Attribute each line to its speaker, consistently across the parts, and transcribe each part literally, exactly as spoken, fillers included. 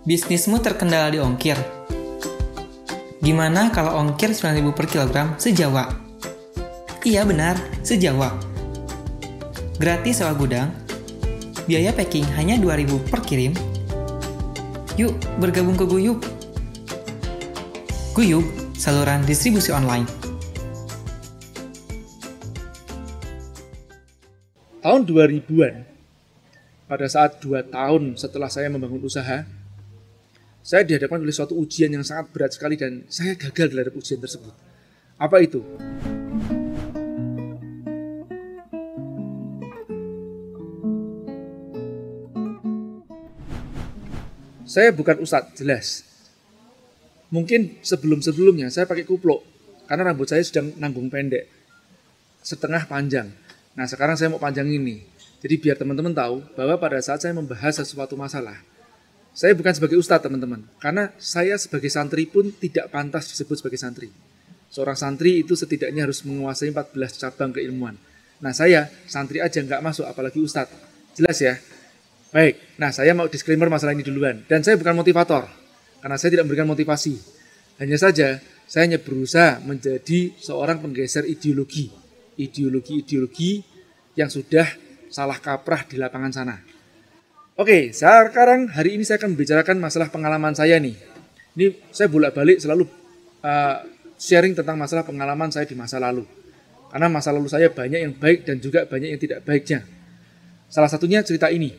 Speaker 1: Bisnismu terkendala di ongkir? Gimana kalau ongkir sembilan ribu per kilogram sejawa? Iya benar, sejawa. Gratis sewa gudang, biaya packing hanya dua ribu per kirim. Yuk bergabung ke Guyub. Guyub, saluran distribusi online.
Speaker 2: Tahun dua ribuan, pada saat dua tahun setelah saya membangun usaha, saya dihadapkan oleh suatu ujian yang sangat berat sekali dan saya gagal dalam ujian tersebut. Apa itu? Saya bukan ustadz, jelas. Mungkin sebelum-sebelumnya saya pakai kupluk, karena rambut saya sedang nanggung pendek, setengah panjang. Nah sekarang saya mau panjangin nih. Jadi biar teman-teman tahu bahwa pada saat saya membahas sesuatu masalah, saya bukan sebagai ustadz teman-teman, karena saya sebagai santri pun tidak pantas disebut sebagai santri. Seorang santri itu setidaknya harus menguasai empat belas cabang keilmuan. Nah saya, santri aja nggak masuk, apalagi ustadz. Jelas ya? Baik, nah saya mau disclaimer masalah ini duluan. Dan saya bukan motivator, karena saya tidak memberikan motivasi. Hanya saja, saya hanya berusaha menjadi seorang penggeser ideologi. Ideologi-ideologi yang sudah salah kaprah di lapangan sana. Oke, sekarang hari ini saya akan membicarakan masalah pengalaman saya nih. Ini saya bolak-balik selalu uh, sharing tentang masalah pengalaman saya di masa lalu. Karena masa lalu saya banyak yang baik dan juga banyak yang tidak baiknya. Salah satunya cerita ini.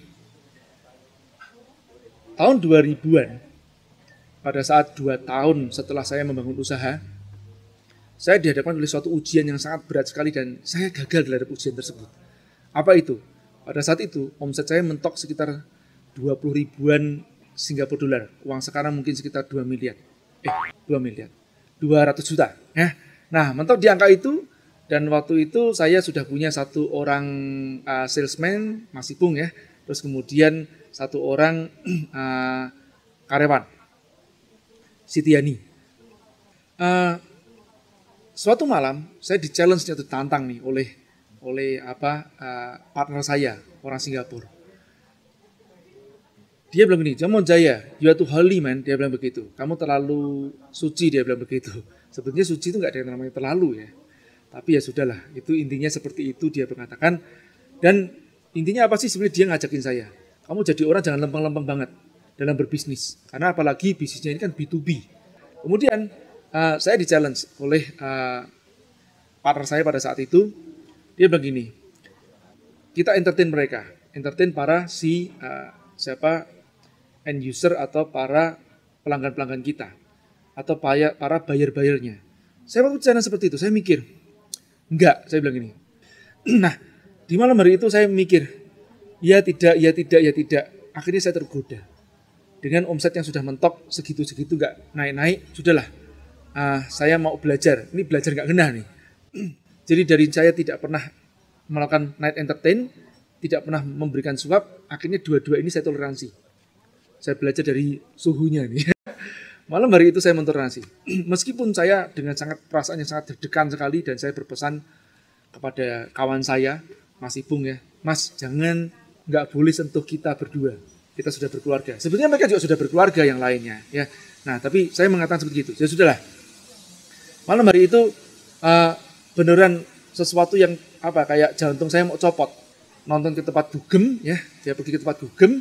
Speaker 2: Tahun dua ribuan, pada saat dua tahun setelah saya membangun usaha, saya dihadapkan oleh suatu ujian yang sangat berat sekali dan saya gagal dalam ujian tersebut. Apa itu? Pada saat itu, omset saya mentok sekitar dua puluh ribuan Singapura dolar. Uang sekarang mungkin sekitar dua miliar. Eh, dua miliar. dua ratus juta. Ya. Nah, mentok di angka itu, dan waktu itu saya sudah punya satu orang uh, salesman, Mas Ipung ya. Terus kemudian satu orang uh, karyawan, Sitiani. Uh, suatu malam, saya di-challenge atau ditantang nih oleh oleh apa uh, partner saya, orang Singapura. Dia bilang begini, Jamon Jaya, you are too holy man, dia bilang begitu. Kamu terlalu suci, dia bilang begitu. Sebetulnya suci itu nggak ada yang namanya terlalu ya. Tapi ya sudahlah, itu intinya seperti itu dia mengatakan. Dan intinya apa sih sebenarnya dia ngajakin saya? Kamu jadi orang jangan lempeng-lempeng banget dalam berbisnis. Karena apalagi bisnisnya ini kan B to B. Kemudian uh, saya di-challenge oleh uh, partner saya pada saat itu. Dia bilang gini, kita entertain mereka, entertain para si uh, siapa end user atau para pelanggan-pelanggan kita, atau para, para buyer-buyernya. Saya waktu bicara seperti itu, saya mikir, enggak, saya bilang gini. Nah, di malam hari itu saya mikir, ya tidak, ya tidak, ya tidak. Akhirnya saya tergoda. Dengan omset yang sudah mentok, segitu-segitu enggak naik-naik, sudahlah. Uh, saya mau belajar, ini belajar enggak kena nih. Jadi dari saya tidak pernah melakukan night entertain, tidak pernah memberikan suap, akhirnya dua-dua ini saya toleransi. Saya belajar dari suhunya nih. Malam hari itu saya mentoleransi. Meskipun saya dengan sangat perasaan yang sangat deg-degan sekali dan saya berpesan kepada kawan saya, Mas Ipung ya, Mas jangan nggak boleh sentuh kita berdua. Kita sudah berkeluarga. Sebenarnya mereka juga sudah berkeluarga yang lainnya ya. Nah tapi saya mengatakan seperti itu. Ya sudahlah. Malam hari itu uh, beneran sesuatu yang apa kayak jantung saya mau copot. Nonton ke tempat dugem ya, dia pergi ke tempat dugem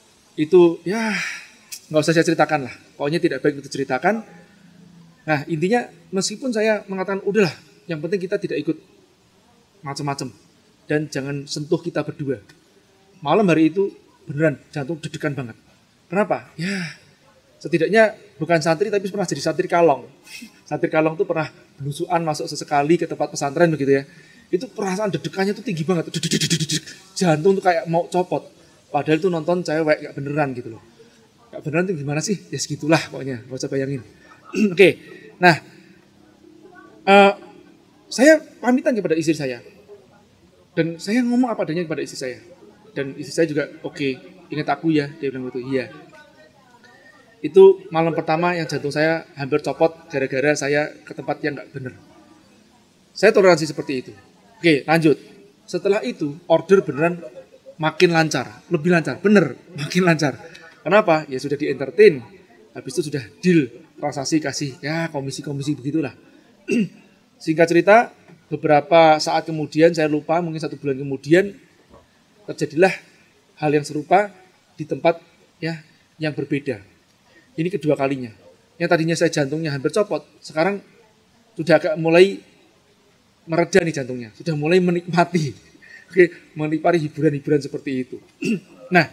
Speaker 2: itu ya nggak usah saya ceritakan lah. Pokoknya tidak baik untuk ceritakan. Nah intinya meskipun saya mengatakan udahlah, yang penting kita tidak ikut macam-macam dan jangan sentuh kita berdua. Malam hari itu beneran jantung deg-degan banget. Kenapa? Ya setidaknya bukan santri tapi pernah jadi santri kalong. Santri kalong tuh pernah belusuan masuk sesekali ke tempat pesantren begitu ya. Itu perasaan deg-degannya tuh tinggi banget. Jantung tuh kayak mau copot. Padahal itu nonton cewek gak beneran gitu loh. Gak beneran tuh gimana sih? Ya segitulah pokoknya. Gak usah bayangin. Oke. Okay. Nah. Uh, saya pamitan kepada istri saya. Dan saya ngomong apa adanya kepada istri saya. Dan istri saya juga oke. Okay, ingat aku ya. Dia bilang begitu. Iya. Itu malam pertama yang jantung saya hampir copot gara-gara saya ke tempat yang gak bener. Saya toleransi seperti itu. Oke, lanjut. Setelah itu, order beneran makin lancar. Lebih lancar, bener, makin lancar. Kenapa? Ya sudah di entertain. Habis itu sudah deal, transaksi kasih ya komisi-komisi begitulah. Singkat cerita, beberapa saat kemudian saya lupa, mungkin satu bulan kemudian terjadilah hal yang serupa di tempat ya yang berbeda. Ini kedua kalinya. Yang tadinya saya jantungnya hampir copot, sekarang sudah agak mulai mereda nih jantungnya, sudah mulai menikmati, oke, menikmati hiburan-hiburan seperti itu. Nah,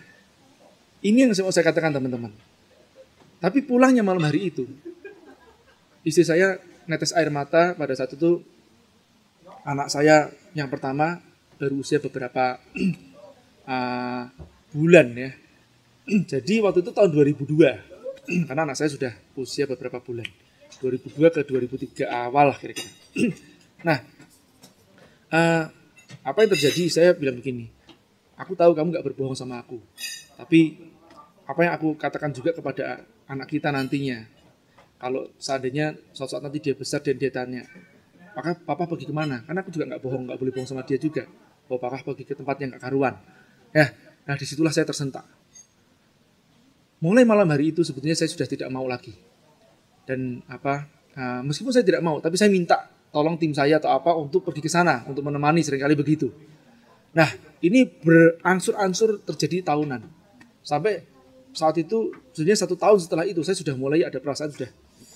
Speaker 2: ini yang mau saya katakan teman-teman. Tapi pulangnya malam hari itu, istri saya netes air mata pada saat itu. Anak saya yang pertama baru usia beberapa uh, bulan ya. Jadi waktu itu tahun dua ribu dua, karena anak saya sudah usia beberapa bulan. dua ribu dua ke dua ribu tiga awal lah kira-kira. Nah, uh, apa yang terjadi? Saya bilang begini, aku tahu kamu gak berbohong sama aku. Tapi apa yang aku katakan juga kepada anak kita nantinya, kalau seandainya suatu saat nanti dia besar dan dia tanya, maka papa pergi kemana? Karena aku juga gak bohong, gak boleh bohong sama dia juga. Oh, papa pergi ke tempat yang gak karuan. Ya, nah disitulah saya tersentak. Mulai malam hari itu sebetulnya saya sudah tidak mau lagi. Dan apa, uh, meskipun saya tidak mau, tapi saya minta tolong tim saya atau apa untuk pergi ke sana, untuk menemani, seringkali begitu. Nah, ini berangsur-angsur terjadi tahunan. Sampai saat itu, sebenarnya satu tahun setelah itu, saya sudah mulai ada perasaan sudah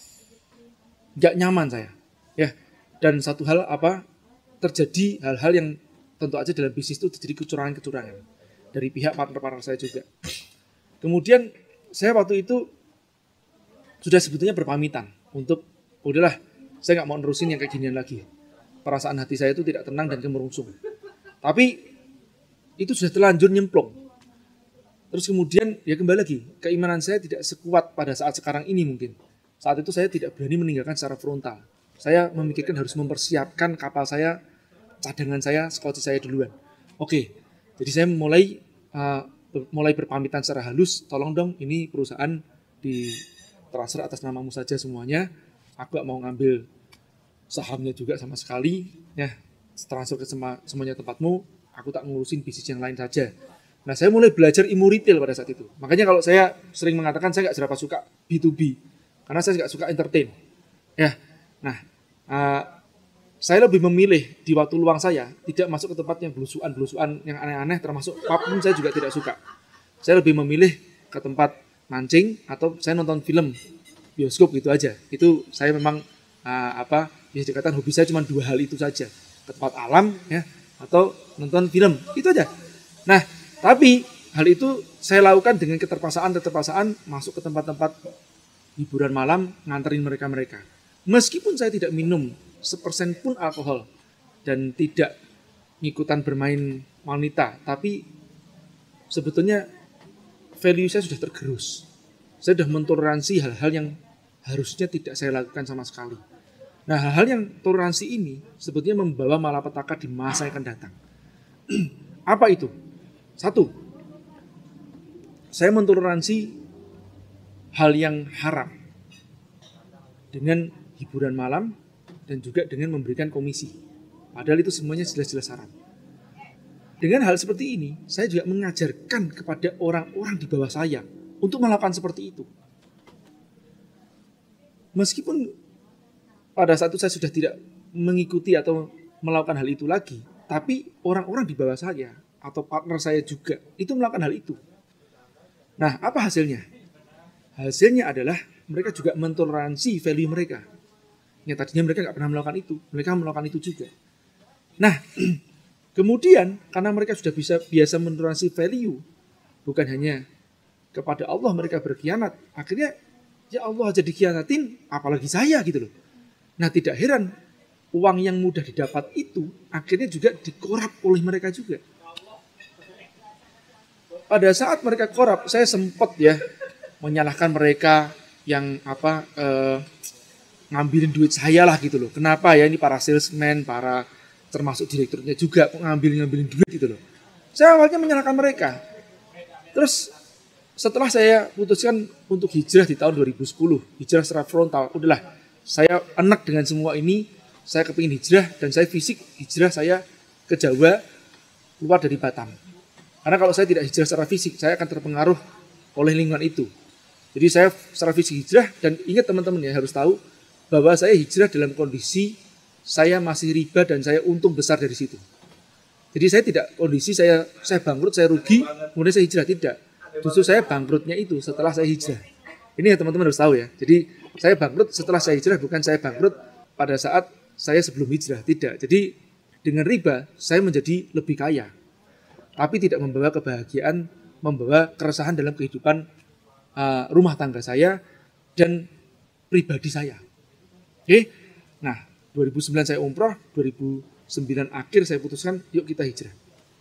Speaker 2: gak nyaman saya. Ya, dan satu hal apa, terjadi hal-hal yang tentu aja dalam bisnis itu terjadi kecurangan-kecurangan dari pihak partner-partner saya juga. Kemudian saya waktu itu sudah sebetulnya berpamitan untuk udahlah, saya nggak mau nerusin yang kayak ginian lagi. Perasaan hati saya itu tidak tenang dan kemerungsung. Tapi itu sudah terlanjur nyemplung. Terus kemudian ya kembali lagi, keimanan saya tidak sekuat pada saat sekarang ini mungkin. Saat itu saya tidak berani meninggalkan secara frontal. Saya memikirkan harus mempersiapkan kapal saya, cadangan saya, skoci saya duluan. Oke, jadi saya mulai uh, mulai berpamitan secara halus, tolong dong ini perusahaan di transfer atas namamu saja semuanya. Aku gak mau ngambil sahamnya juga sama sekali. Ya, transfer ke semua, semuanya tempatmu. Aku tak ngurusin bisnis yang lain saja. Nah, saya mulai belajar ilmu retail pada saat itu. Makanya kalau saya sering mengatakan saya gak seberapa suka B to B. Karena saya gak suka entertain. Ya, nah, uh, saya lebih memilih di waktu luang saya tidak masuk ke tempat yang belusuan-belusuan yang aneh-aneh, termasuk pub pun saya juga tidak suka. Saya lebih memilih ke tempat mancing atau saya nonton film bioskop gitu aja. Itu saya memang uh, apa bisa dikatakan hobi saya cuma dua hal itu saja, ke tempat alam ya atau nonton film itu aja. Nah, tapi hal itu saya lakukan dengan keterpaksaan-keterpaksaan masuk ke tempat-tempat hiburan malam, nganterin mereka-mereka. Meskipun saya tidak minum sepersen pun alkohol dan tidak ngikutan bermain wanita, tapi sebetulnya value saya sudah tergerus. Saya sudah mentoleransi hal-hal yang harusnya tidak saya lakukan sama sekali. Nah, hal-hal yang toleransi ini sebetulnya membawa malapetaka di masa yang akan datang. Apa itu? Satu, saya mentoleransi hal yang haram dengan hiburan malam dan juga dengan memberikan komisi. Padahal itu semuanya jelas-jelas haram. Dengan hal seperti ini, saya juga mengajarkan kepada orang-orang di bawah saya untuk melakukan seperti itu. Meskipun pada saat itu saya sudah tidak mengikuti atau melakukan hal itu lagi, tapi orang-orang di bawah saya atau partner saya juga itu melakukan hal itu. Nah, apa hasilnya? Hasilnya adalah mereka juga mentoleransi value mereka. Yang tadinya mereka nggak pernah melakukan itu, mereka melakukan itu juga. Nah, kemudian karena mereka sudah bisa biasa mentoleransi value, bukan hanya kepada Allah mereka berkhianat, akhirnya ya Allah aja dikhianatin, apalagi saya gitu loh. Nah, tidak heran uang yang mudah didapat itu akhirnya juga dikorap oleh mereka juga. Pada saat mereka korap, saya sempat ya menyalahkan mereka yang apa eh, ngambilin duit saya lah gitu loh. Kenapa ya ini para salesman, para termasuk direkturnya juga ngambil-ngambilin duit gitu loh. Saya awalnya menyalahkan mereka. Terus setelah saya putuskan untuk hijrah di tahun dua ribu sepuluh, hijrah secara frontal, udahlah saya enak dengan semua ini, saya kepingin hijrah dan saya fisik hijrah saya ke Jawa, keluar dari Batam. Karena kalau saya tidak hijrah secara fisik, saya akan terpengaruh oleh lingkungan itu. Jadi saya secara fisik hijrah, dan ingat teman-teman ya, harus tahu bahwa saya hijrah dalam kondisi saya masih riba dan saya untung besar dari situ. Jadi saya tidak kondisi saya saya bangkrut, saya rugi, kemudian saya hijrah, tidak. Justru saya bangkrutnya itu setelah saya hijrah. Ini ya teman-teman harus tahu ya. Jadi saya bangkrut setelah saya hijrah, bukan saya bangkrut pada saat saya sebelum hijrah, tidak. Jadi dengan riba saya menjadi lebih kaya, tapi tidak membawa kebahagiaan, membawa keresahan dalam kehidupan uh, rumah tangga saya dan pribadi saya. Oke, nah dua ribu sembilan saya umroh, dua ribu sembilan akhir saya putuskan yuk kita hijrah.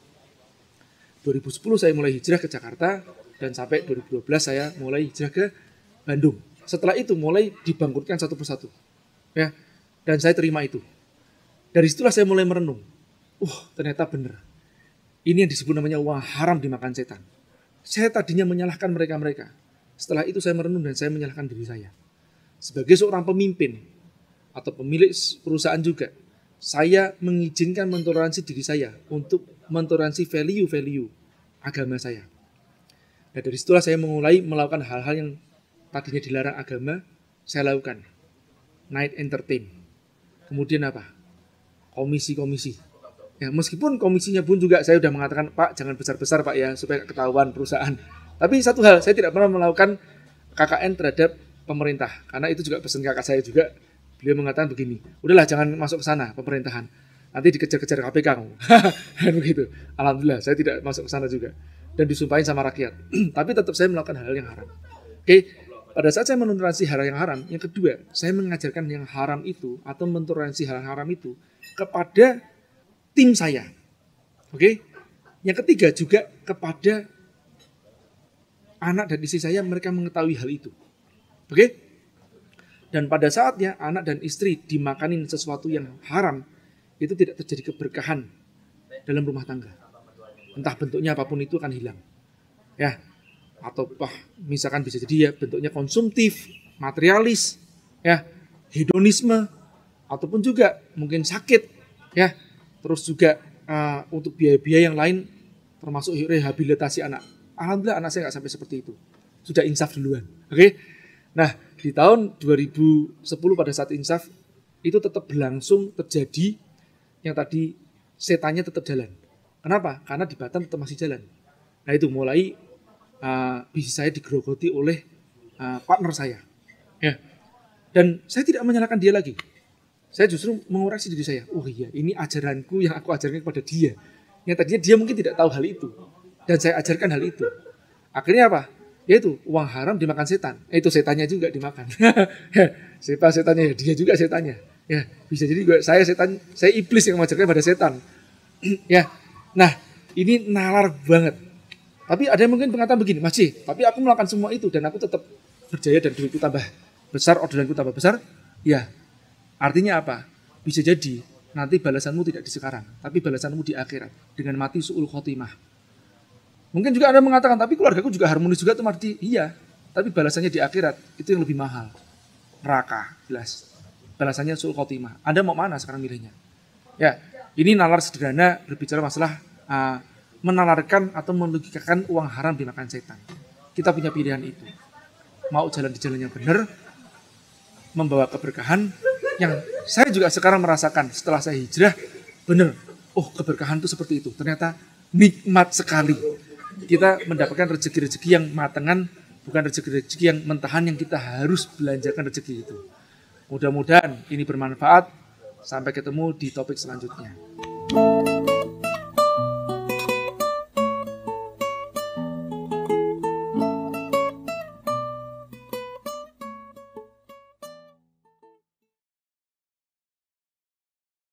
Speaker 2: dua ribu sepuluh saya mulai hijrah ke Jakarta dan sampai dua ribu dua belas saya mulai hijrah ke Bandung. Setelah itu mulai dibangkrutkan satu persatu, ya, dan saya terima itu. Dari situlah saya mulai merenung. Uh, ternyata benar. Ini yang disebut namanya uang haram dimakan setan. Saya tadinya menyalahkan mereka-mereka. Setelah itu saya merenung dan saya menyalahkan diri saya. Sebagai seorang pemimpin atau pemilik perusahaan juga, saya mengizinkan mentoleransi diri saya untuk mentoleransi value-value agama saya. Dan dari situlah saya mulai melakukan hal-hal yang tadinya dilarang agama, saya lakukan. Night entertain. Kemudian apa? Komisi-komisi. Ya, meskipun komisinya pun juga saya sudah mengatakan, Pak, jangan besar-besar Pak ya, supaya ketahuan perusahaan. Tapi satu hal, saya tidak pernah melakukan K K N terhadap pemerintah. Karena itu juga pesan kakak saya juga. Beliau mengatakan begini, udahlah jangan masuk ke sana pemerintahan. Nanti dikejar-kejar K P K kamu. Dan begitu. Alhamdulillah saya tidak masuk ke sana juga. Dan disumpahin sama rakyat. Tapi tetap saya melakukan hal yang haram. Oke, pada saat saya mentoleransi hal yang haram, yang kedua, saya mengajarkan yang haram itu atau mentoleransi hal yang haram itu kepada tim saya. Oke. Yang ketiga juga kepada anak dan istri saya, mereka mengetahui hal itu. Oke. Dan pada saatnya anak dan istri dimakanin sesuatu yang haram, itu tidak terjadi keberkahan dalam rumah tangga. Entah bentuknya apapun itu akan hilang. Ya. Atau bah, misalkan bisa jadi ya bentuknya konsumtif, materialis, ya, hedonisme, ataupun juga mungkin sakit, ya. Terus juga uh, untuk biaya-biaya yang lain termasuk rehabilitasi anak. Alhamdulillah anak saya nggak sampai seperti itu. Sudah insaf duluan. Oke. Okay? Nah, di tahun dua ribu sepuluh pada saat insaf itu tetap berlangsung terjadi yang tadi setannya tetap jalan. Kenapa? Karena di Batam tetap masih jalan. Nah itu mulai uh, bisnis saya digerogoti oleh uh, partner saya. Ya. Dan saya tidak menyalahkan dia lagi. Saya justru mengoreksi diri saya. Oh iya, ini ajaranku yang aku ajarkan kepada dia. Yang tadinya dia mungkin tidak tahu hal itu. Dan saya ajarkan hal itu. Akhirnya apa? Yaitu uang haram dimakan setan. Eh, itu setannya juga dimakan. Siapa setannya? Dia juga setannya. Ya, bisa jadi gue, saya setan, saya iblis yang mengajarkan pada setan. Ya. Nah, ini nalar banget. Tapi ada yang mungkin mengatakan begini, Mas C, tapi aku melakukan semua itu dan aku tetap berjaya dan duitku tambah besar, orderanku tambah besar. Ya. Artinya apa? Bisa jadi nanti balasanmu tidak di sekarang, tapi balasanmu di akhirat dengan mati su'ul khotimah. Mungkin juga Anda mengatakan, tapi keluargaku juga harmonis juga tuh mati. Iya, tapi balasannya di akhirat itu yang lebih mahal. Neraka, jelas. Balasannya su'ul khotimah. Anda mau mana sekarang milihnya? Ya, ini nalar sederhana berbicara masalah uh, menalarkan atau melogikakan uang haram dimakan setan. Kita punya pilihan itu. Mau jalan di jalan yang benar, membawa keberkahan, yang saya juga sekarang merasakan setelah saya hijrah, benar, oh keberkahan itu seperti itu. Ternyata nikmat sekali. Kita mendapatkan rezeki-rezeki yang matangan, bukan rezeki-rezeki yang mentahan yang kita harus belanjakan rezeki itu. Mudah-mudahan ini bermanfaat. Sampai ketemu di topik selanjutnya.